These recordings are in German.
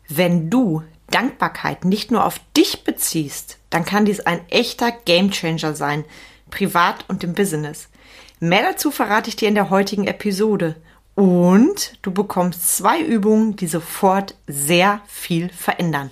Wenn du Dankbarkeit nicht nur auf dich beziehst, dann kann dies ein echter Gamechanger sein, privat und im Business. Mehr dazu verrate ich dir in der heutigen Episode. Und du bekommst 2 Übungen, die sofort sehr viel verändern.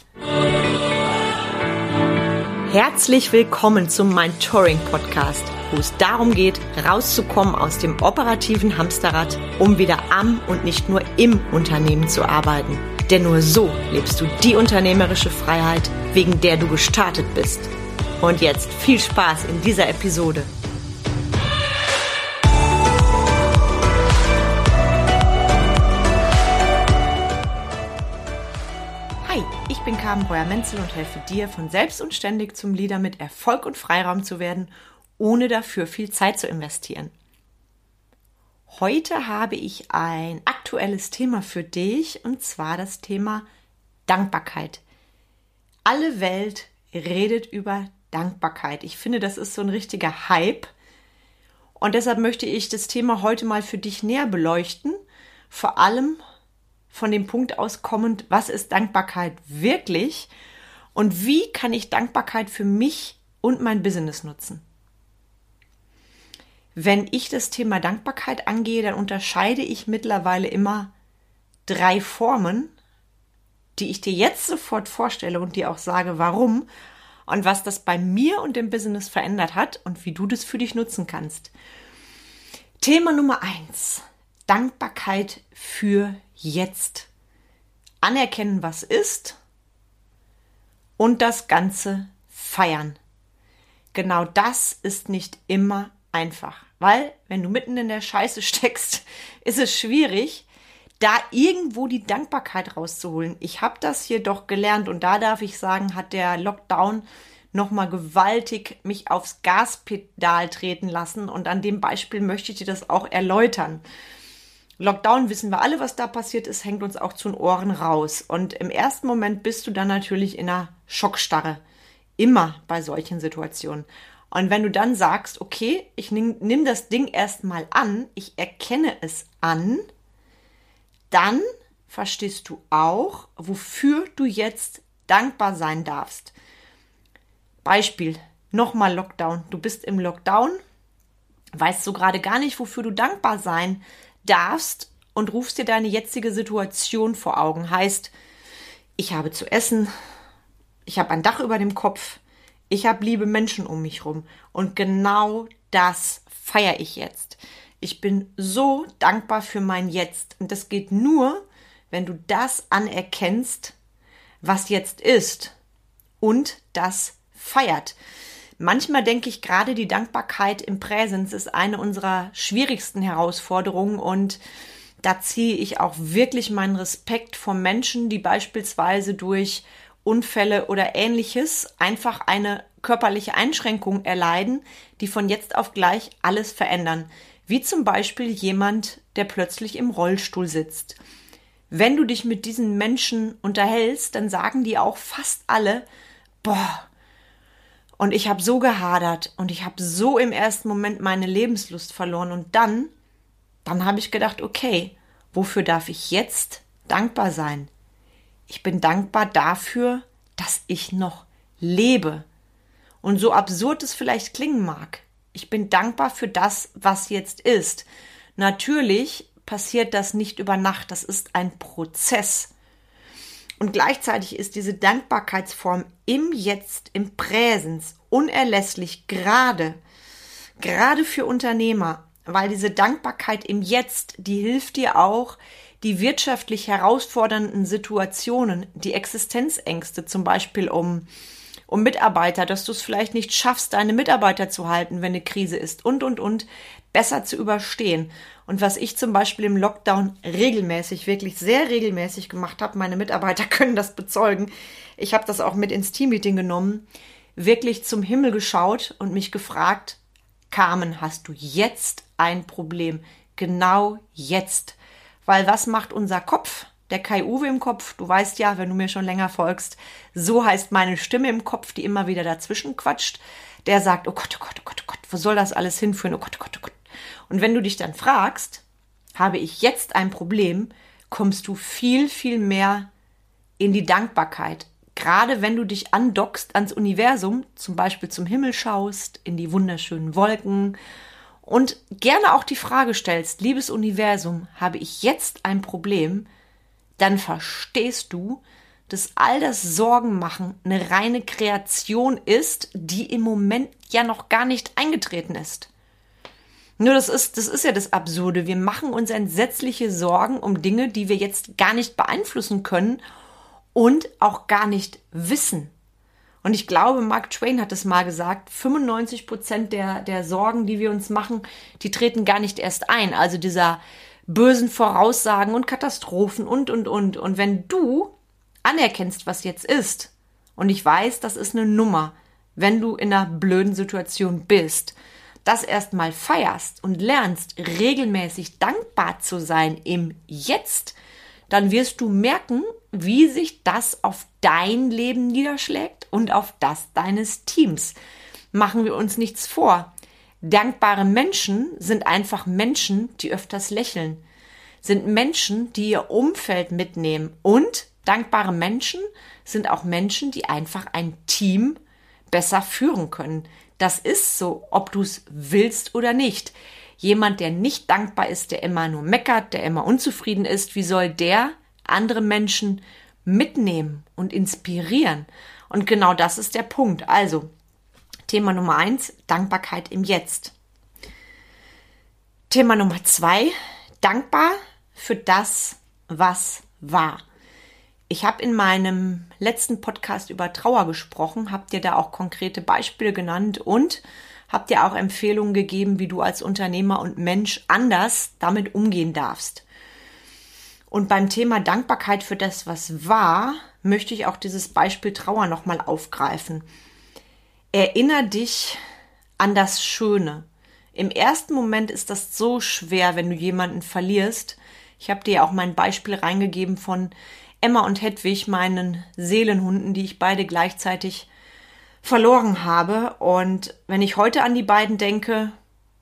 Herzlich willkommen zum Mentoring Podcast, wo es darum geht, rauszukommen aus dem operativen Hamsterrad, um wieder am und nicht nur im Unternehmen zu arbeiten. Denn nur so lebst du die unternehmerische Freiheit, wegen der du gestartet bist. Und jetzt viel Spaß in dieser Episode. Hi, ich bin Carmen Breuer-Menzel und helfe dir, von selbst und ständig zum Leader mit Erfolg und Freiraum zu werden, ohne dafür viel Zeit zu investieren. Heute habe ich ein aktuelles Thema für dich, und zwar das Thema Dankbarkeit. Alle Welt redet über Dankbarkeit. Ich finde, das ist so ein richtiger Hype. Und deshalb möchte ich das Thema heute mal für dich näher beleuchten. Vor allem von dem Punkt aus kommend, was ist Dankbarkeit wirklich? Und wie kann ich Dankbarkeit für mich und mein Business nutzen? Wenn ich das Thema Dankbarkeit angehe, dann unterscheide ich mittlerweile immer 3 Formen, die ich dir jetzt sofort vorstelle und dir auch sage, warum und was das bei mir und dem Business verändert hat und wie du das für dich nutzen kannst. Thema Nummer 1. Dankbarkeit für jetzt. Anerkennen, was ist und das Ganze feiern. Genau das ist nicht immer einfach, weil wenn du mitten in der Scheiße steckst, ist es schwierig, da irgendwo die Dankbarkeit rauszuholen. Ich habe das hier doch gelernt und da darf ich sagen, hat der Lockdown nochmal gewaltig mich aufs Gaspedal treten lassen und an dem Beispiel möchte ich dir das auch erläutern. Lockdown, wissen wir alle, was da passiert ist, hängt uns auch zu den Ohren raus und im ersten Moment bist du dann natürlich in einer Schockstarre, immer bei solchen Situationen. Und wenn du dann sagst, okay, ich nimm das Ding erstmal an, ich erkenne es an, dann verstehst du auch, wofür du jetzt dankbar sein darfst. Beispiel, nochmal Lockdown. Du bist im Lockdown, weißt so gerade gar nicht, wofür du dankbar sein darfst und rufst dir deine jetzige Situation vor Augen. Heißt, ich habe zu essen, ich habe ein Dach über dem Kopf, ich habe liebe Menschen um mich rum und genau das feiere ich jetzt. Ich bin so dankbar für mein Jetzt und das geht nur, wenn du das anerkennst, was jetzt ist und das feiert. Manchmal denke ich, gerade die Dankbarkeit im Präsens ist eine unserer schwierigsten Herausforderungen und da ziehe ich auch wirklich meinen Respekt vor Menschen, die beispielsweise durch Unfälle oder Ähnliches einfach eine körperliche Einschränkung erleiden, die von jetzt auf gleich alles verändern. Wie zum Beispiel jemand, der plötzlich im Rollstuhl sitzt. Wenn du dich mit diesen Menschen unterhältst, dann sagen die auch fast alle, boah, und ich habe so gehadert und ich habe so im ersten Moment meine Lebenslust verloren und dann habe ich gedacht, okay, wofür darf ich jetzt dankbar sein? Ich bin dankbar dafür, dass ich noch lebe. Und so absurd es vielleicht klingen mag, ich bin dankbar für das, was jetzt ist. Natürlich passiert das nicht über Nacht, das ist ein Prozess. Und gleichzeitig ist diese Dankbarkeitsform im Jetzt, im Präsens unerlässlich, gerade für Unternehmer, weil diese Dankbarkeit im Jetzt, die hilft dir auch, die wirtschaftlich herausfordernden Situationen, die Existenzängste zum Beispiel um Mitarbeiter, dass du es vielleicht nicht schaffst, deine Mitarbeiter zu halten, wenn eine Krise ist und, besser zu überstehen. Und was ich zum Beispiel im Lockdown regelmäßig, wirklich sehr regelmäßig gemacht habe, meine Mitarbeiter können das bezeugen, ich habe das auch mit ins Teammeeting genommen, wirklich zum Himmel geschaut und mich gefragt, Carmen, hast du jetzt ein Problem? Genau jetzt. Weil was macht unser Kopf? Der Kai-Uwe im Kopf, du weißt ja, wenn du mir schon länger folgst, so heißt meine Stimme im Kopf, die immer wieder dazwischen quatscht. Der sagt, oh Gott, oh Gott, oh Gott, oh Gott, wo soll das alles hinführen? Oh Gott, oh Gott, oh Gott. Und wenn du dich dann fragst, habe ich jetzt ein Problem, kommst du viel, viel mehr in die Dankbarkeit. Gerade wenn du dich andockst ans Universum, zum Beispiel zum Himmel schaust, in die wunderschönen Wolken und gerne auch die Frage stellst, liebes Universum, habe ich jetzt ein Problem? Dann verstehst du, dass all das Sorgenmachen eine reine Kreation ist, die im Moment ja noch gar nicht eingetreten ist. Nur das ist ja das Absurde. Wir machen uns entsetzliche Sorgen um Dinge, die wir jetzt gar nicht beeinflussen können und auch gar nicht wissen. Und ich glaube, Mark Twain hat es mal gesagt, 95% der Sorgen, die wir uns machen, die treten gar nicht erst ein. Also dieser bösen Voraussagen und Katastrophen und. Und wenn du anerkennst, was jetzt ist, und ich weiß, das ist eine Nummer, wenn du in einer blöden Situation bist, das erstmal feierst und lernst, regelmäßig dankbar zu sein im Jetzt, dann wirst du merken, wie sich das auf dein Leben niederschlägt und auf das deines Teams. Machen wir uns nichts vor. Dankbare Menschen sind einfach Menschen, die öfters lächeln, sind Menschen, die ihr Umfeld mitnehmen, und dankbare Menschen sind auch Menschen, die einfach ein Team besser führen können. Das ist so, ob du es willst oder nicht. Jemand, der nicht dankbar ist, der immer nur meckert, der immer unzufrieden ist, wie soll der andere Menschen mitnehmen und inspirieren? Und genau das ist der Punkt. Also, Thema Nummer 1, Dankbarkeit im Jetzt. Thema Nummer 2, dankbar für das, was war. Ich habe in meinem letzten Podcast über Trauer gesprochen, habe dir da auch konkrete Beispiele genannt und habe dir auch Empfehlungen gegeben, wie du als Unternehmer und Mensch anders damit umgehen darfst. Und beim Thema Dankbarkeit für das, was war, möchte ich auch dieses Beispiel Trauer nochmal aufgreifen. Erinnere dich an das Schöne. Im ersten Moment ist das so schwer, wenn du jemanden verlierst. Ich habe dir ja auch mein Beispiel reingegeben von Emma und Hedwig, meinen Seelenhunden, die ich beide gleichzeitig verloren habe. Und wenn ich heute an die beiden denke,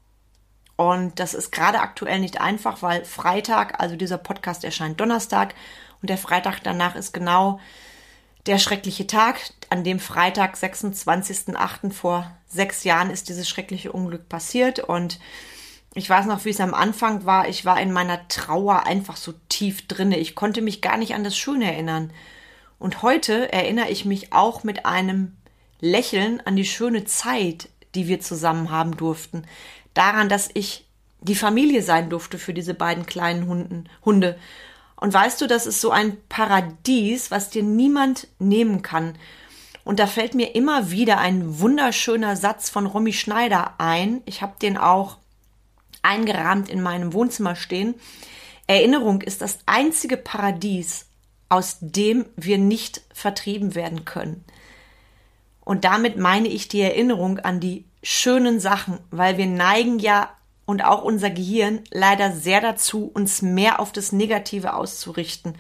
und das ist gerade aktuell nicht einfach, weil Freitag, also dieser Podcast erscheint Donnerstag, und der Freitag danach ist genau der schreckliche Tag. An dem Freitag, 26.08. vor 6 Jahren ist dieses schreckliche Unglück passiert. Und ich weiß noch, wie es am Anfang war. Ich war in meiner Trauer einfach so tief drinne. Ich konnte mich gar nicht an das Schöne erinnern. Und heute erinnere ich mich auch mit einem Lächeln an die schöne Zeit, die wir zusammen haben durften. Daran, dass ich die Familie sein durfte für diese beiden kleinen Hunde. Und weißt du, das ist so ein Paradies, was dir niemand nehmen kann. Und da fällt mir immer wieder ein wunderschöner Satz von Romy Schneider ein. Ich habe den auch eingerahmt in meinem Wohnzimmer stehen. Erinnerung ist das einzige Paradies, aus dem wir nicht vertrieben werden können. Und damit meine ich die Erinnerung an die schönen Sachen, weil wir neigen ja, und auch unser Gehirn, leider sehr dazu, uns mehr auf das Negative auszurichten.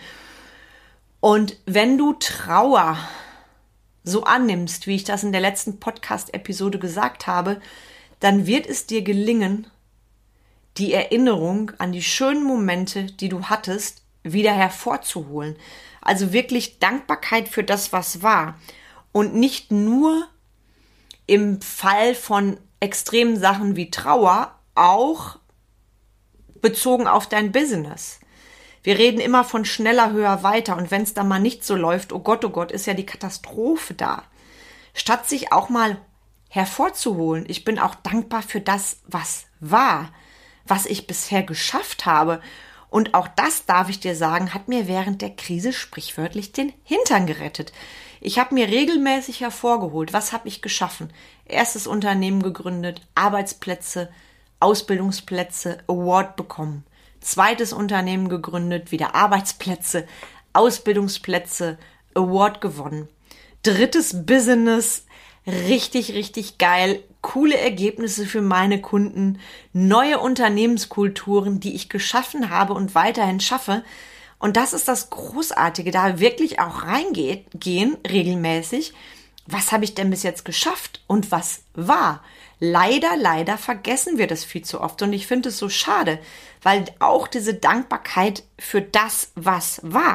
Und wenn du Trauer so annimmst, wie ich das in der letzten Podcast-Episode gesagt habe, dann wird es dir gelingen, die Erinnerung an die schönen Momente, die du hattest, wieder hervorzuholen. Also wirklich Dankbarkeit für das, was war. Und nicht nur im Fall von extremen Sachen wie Trauer, auch bezogen auf dein Business. Wir reden immer von schneller, höher, weiter. Und wenn es dann mal nicht so läuft, oh Gott, ist ja die Katastrophe da. Statt sich auch mal hervorzuholen. Ich bin auch dankbar für das, was war, was ich bisher geschafft habe. Und auch das, darf ich dir sagen, hat mir während der Krise sprichwörtlich den Hintern gerettet. Ich habe mir regelmäßig hervorgeholt, was habe ich geschaffen? Erstes Unternehmen gegründet, Arbeitsplätze, Ausbildungsplätze, Award bekommen. Zweites Unternehmen gegründet, wieder Arbeitsplätze, Ausbildungsplätze, Award gewonnen. Drittes Business, richtig geil, coole Ergebnisse für meine Kunden, neue Unternehmenskulturen, die ich geschaffen habe und weiterhin schaffe. Und das ist das Großartige, da wirklich auch reingehen regelmäßig. Was habe ich denn bis jetzt geschafft und was war? Leider vergessen wir das viel zu oft und ich finde es so schade, weil auch diese Dankbarkeit für das, was war,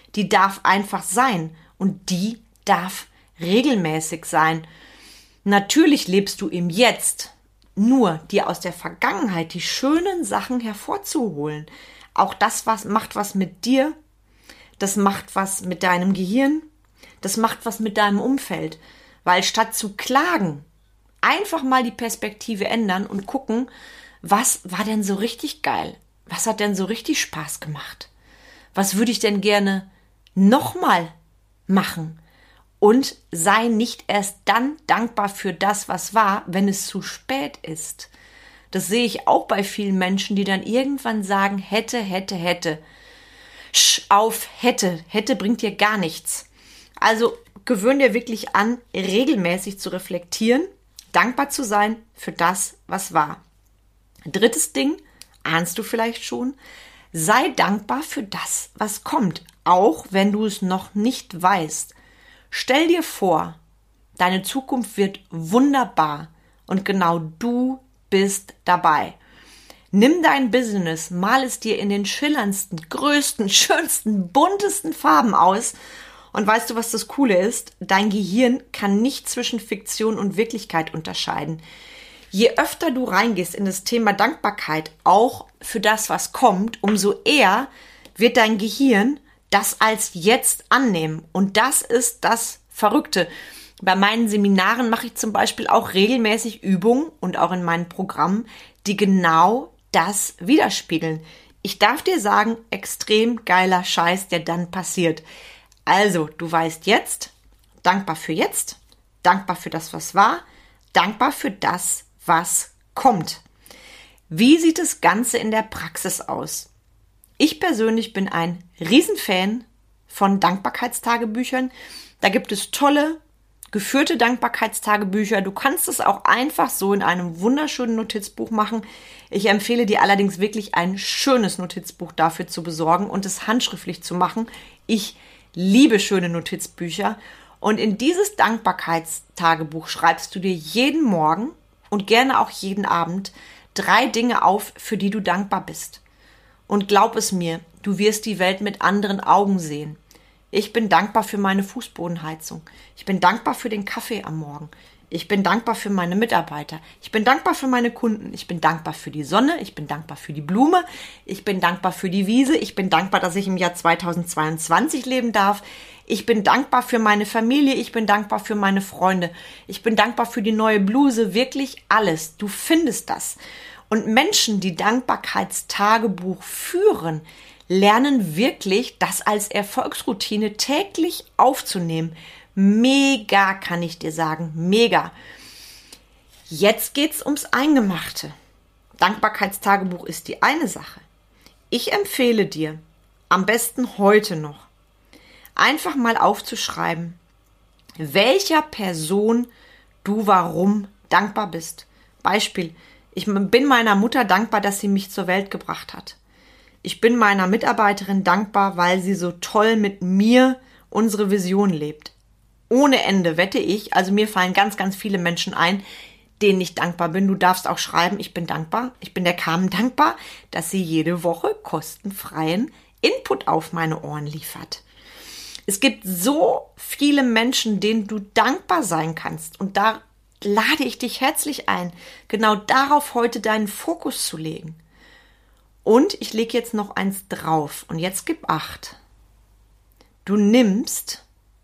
Die darf einfach sein und die darf regelmäßig sein. Natürlich lebst du im Jetzt, nur dir aus der Vergangenheit die schönen Sachen hervorzuholen. Auch das macht was mit dir, das macht was mit deinem Gehirn, das macht was mit deinem Umfeld. Weil statt zu klagen, einfach mal die Perspektive ändern und gucken, was war denn so richtig geil? Was hat denn so richtig Spaß gemacht? Was würde ich denn gerne nochmal machen? Und sei nicht erst dann dankbar für das, was war, wenn es zu spät ist. Das sehe ich auch bei vielen Menschen, die dann irgendwann sagen, hätte. Auf hätte. Hätte bringt dir gar nichts. Also gewöhn dir wirklich an, regelmäßig zu reflektieren, dankbar zu sein für das, was war. Drittes Ding, ahnst du vielleicht schon, sei dankbar für das, was kommt, auch wenn du es noch nicht weißt. Stell dir vor, deine Zukunft wird wunderbar und genau du bist dabei. Nimm dein Business, mal es dir in den schillerndsten, größten, schönsten, buntesten Farben aus und weißt du, was das Coole ist? Dein Gehirn kann nicht zwischen Fiktion und Wirklichkeit unterscheiden. Je öfter du reingehst in das Thema Dankbarkeit, auch für das, was kommt, umso eher wird dein Gehirn das als jetzt annehmen. Und das ist das Verrückte. Bei meinen Seminaren mache ich zum Beispiel auch regelmäßig Übungen und auch in meinen Programmen, die genau das widerspiegeln. Ich darf dir sagen, extrem geiler Scheiß, der dann passiert. Also, du weißt jetzt, dankbar für das, was war, dankbar für das, was kommt. Wie sieht das Ganze in der Praxis aus? Ich persönlich bin ein Riesenfan von Dankbarkeitstagebüchern. Da gibt es tolle, geführte Dankbarkeitstagebücher. Du kannst es auch einfach so in einem wunderschönen Notizbuch machen. Ich empfehle dir allerdings wirklich ein schönes Notizbuch dafür zu besorgen und es handschriftlich zu machen. Ich liebe schöne Notizbücher. Und in dieses Dankbarkeitstagebuch schreibst du dir jeden Morgen und gerne auch jeden Abend 3 Dinge auf, für die du dankbar bist. Und glaub es mir, du wirst die Welt mit anderen Augen sehen. Ich bin dankbar für meine Fußbodenheizung. Ich bin dankbar für den Kaffee am Morgen. Ich bin dankbar für meine Mitarbeiter. Ich bin dankbar für meine Kunden. Ich bin dankbar für die Sonne. Ich bin dankbar für die Blume. Ich bin dankbar für die Wiese. Ich bin dankbar, dass ich im Jahr 2022 leben darf. Ich bin dankbar für meine Familie. Ich bin dankbar für meine Freunde. Ich bin dankbar für die neue Bluse. Wirklich alles. Du findest das. Und Menschen, die Dankbarkeitstagebuch führen, lernen wirklich, das als Erfolgsroutine täglich aufzunehmen. Mega, kann ich dir sagen, mega. Jetzt geht's ums Eingemachte. Dankbarkeitstagebuch ist die eine Sache. Ich empfehle dir, am besten heute noch, einfach mal aufzuschreiben, welcher Person du warum dankbar bist. Beispiel, ich bin meiner Mutter dankbar, dass sie mich zur Welt gebracht hat. Ich bin meiner Mitarbeiterin dankbar, weil sie so toll mit mir unsere Vision lebt. Ohne Ende wette ich, also mir fallen ganz, ganz viele Menschen ein, denen ich dankbar bin. Du darfst auch schreiben, ich bin dankbar. Ich bin der Carmen dankbar, dass sie jede Woche kostenfreien Input auf meine Ohren liefert. Es gibt so viele Menschen, denen du dankbar sein kannst. Und da lade ich dich herzlich ein, genau darauf heute deinen Fokus zu legen. Und ich lege jetzt noch eins drauf. Und jetzt gib Acht. Du nimmst,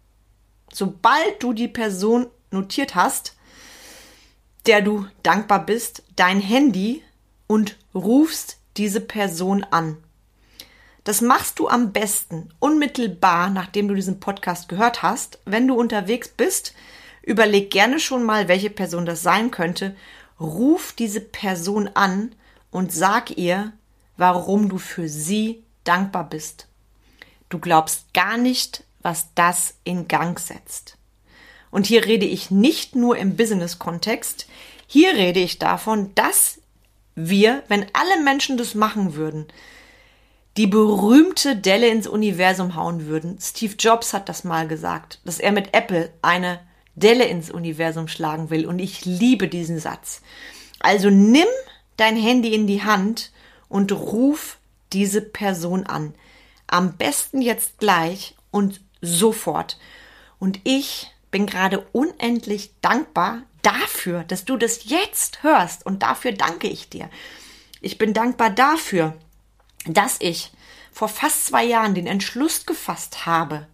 sobald du die Person notiert hast, der du dankbar bist, dein Handy und rufst diese Person an. Das machst du am besten unmittelbar, nachdem du diesen Podcast gehört hast. Wenn du unterwegs bist, überleg gerne schon mal, welche Person das sein könnte. Ruf diese Person an und sag ihr, warum du für sie dankbar bist. Du glaubst gar nicht, was das in Gang setzt. Und hier rede ich nicht nur im Business-Kontext, hier rede ich davon, dass wir, wenn alle Menschen das machen würden, die berühmte Delle ins Universum hauen würden. Steve Jobs hat das mal gesagt, dass er mit Apple eine Delle ins Universum schlagen will. Und ich liebe diesen Satz. Also nimm dein Handy in die Hand und ruf diese Person an. Am besten jetzt gleich und sofort. Und ich bin gerade unendlich dankbar dafür, dass du das jetzt hörst. Und dafür danke ich dir. Ich bin dankbar dafür, dass ich vor fast 2 Jahren den Entschluss gefasst habe,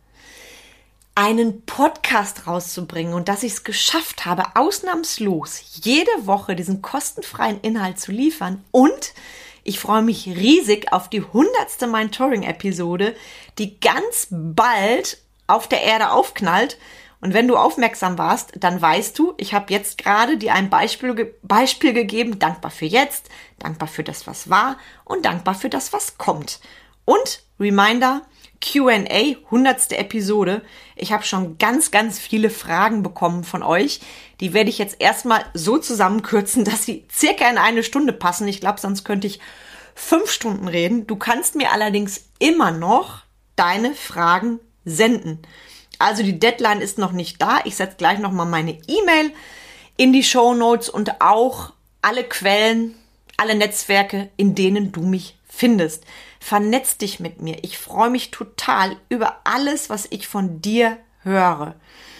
einen Podcast rauszubringen und dass ich es geschafft habe, ausnahmslos jede Woche diesen kostenfreien Inhalt zu liefern. Und ich freue mich riesig auf die 100. Mentoring-Episode, die ganz bald auf der Erde aufknallt. Und wenn du aufmerksam warst, dann weißt du, ich habe jetzt gerade dir ein Beispiel gegeben, dankbar für jetzt, dankbar für das, was war und dankbar für das, was kommt. Und Reminder, Q&A, 100. Episode. Ich habe schon ganz, ganz viele Fragen bekommen von euch. Die werde ich jetzt erstmal so zusammenkürzen, dass sie circa in 1 Stunde passen. Ich glaube, sonst könnte ich 5 Stunden reden. Du kannst mir allerdings immer noch deine Fragen senden. Also die Deadline ist noch nicht da. Ich setze gleich nochmal meine E-Mail in die Shownotes und auch alle Quellen, alle Netzwerke, in denen du mich findest. Vernetz dich mit mir. Ich freue mich total über alles, was ich von dir höre.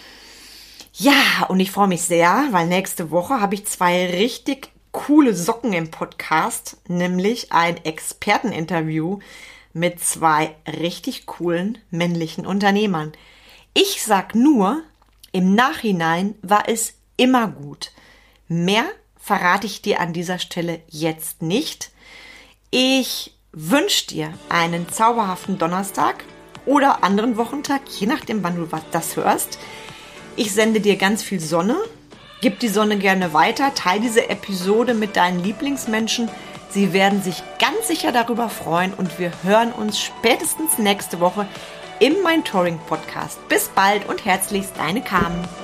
Ja, und ich freue mich sehr, weil nächste Woche habe ich 2 richtig coole Socken im Podcast, nämlich ein Experteninterview mit 2 richtig coolen männlichen Unternehmern. Ich sag nur, im Nachhinein war es immer gut. Mehr verrate ich dir an dieser Stelle jetzt nicht. Ich wünsche dir einen zauberhaften Donnerstag oder anderen Wochentag, je nachdem, wann du das hörst. Ich sende dir ganz viel Sonne. Gib die Sonne gerne weiter. Teile diese Episode mit deinen Lieblingsmenschen. Sie werden sich ganz sicher darüber freuen und wir hören uns spätestens nächste Woche im Mentoring Podcast. Bis bald und herzlichst, deine Carmen.